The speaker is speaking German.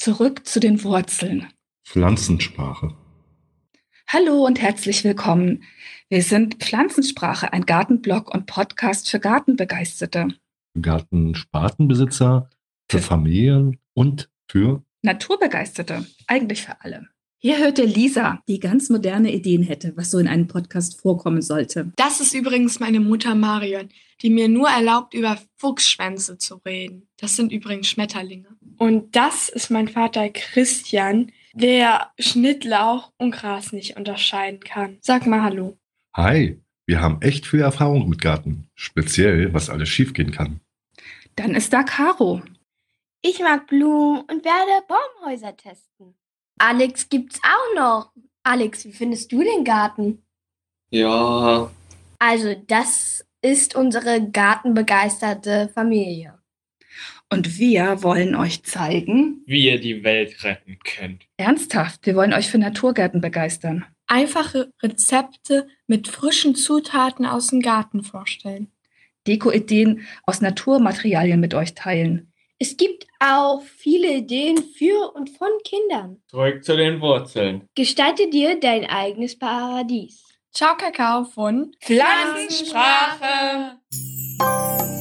Zurück zu den Wurzeln. Pflanzensprache. Hallo und herzlich willkommen. Wir sind Pflanzensprache, ein Gartenblog und Podcast für Gartenbegeisterte. Gartenspartenbesitzer, für Familien und für Naturbegeisterte, eigentlich für alle. Hier hört ihr Lisa, die ganz moderne Ideen hätte, was so in einem Podcast vorkommen sollte. Das ist übrigens meine Mutter Marion, die mir nur erlaubt, über Fuchsschwänze zu reden. Das sind übrigens Schmetterlinge. Und das ist mein Vater Christian, der Schnittlauch und Gras nicht unterscheiden kann. Sag mal Hallo. Hi, wir haben echt viel Erfahrung mit Garten, speziell was alles schiefgehen kann. Dann ist da Caro. Ich mag Blumen und werde Baumhäuser testen. Alex gibt's auch noch. Alex, wie findest du den Garten? Ja, Also, das ist unsere gartenbegeisterte Familie. Und wir wollen euch zeigen, wie ihr die Welt retten könnt. ernsthaft, wir wollen euch für Naturgärten begeistern. Einfache Rezepte mit frischen Zutaten aus dem Garten vorstellen. Deko-Ideen aus Naturmaterialien mit euch teilen. Es gibt auch viele Ideen für und von Kindern. Zurück zu den Wurzeln. Gestalte dir dein eigenes Paradies. Ciao Kakao von Pflanzensprache.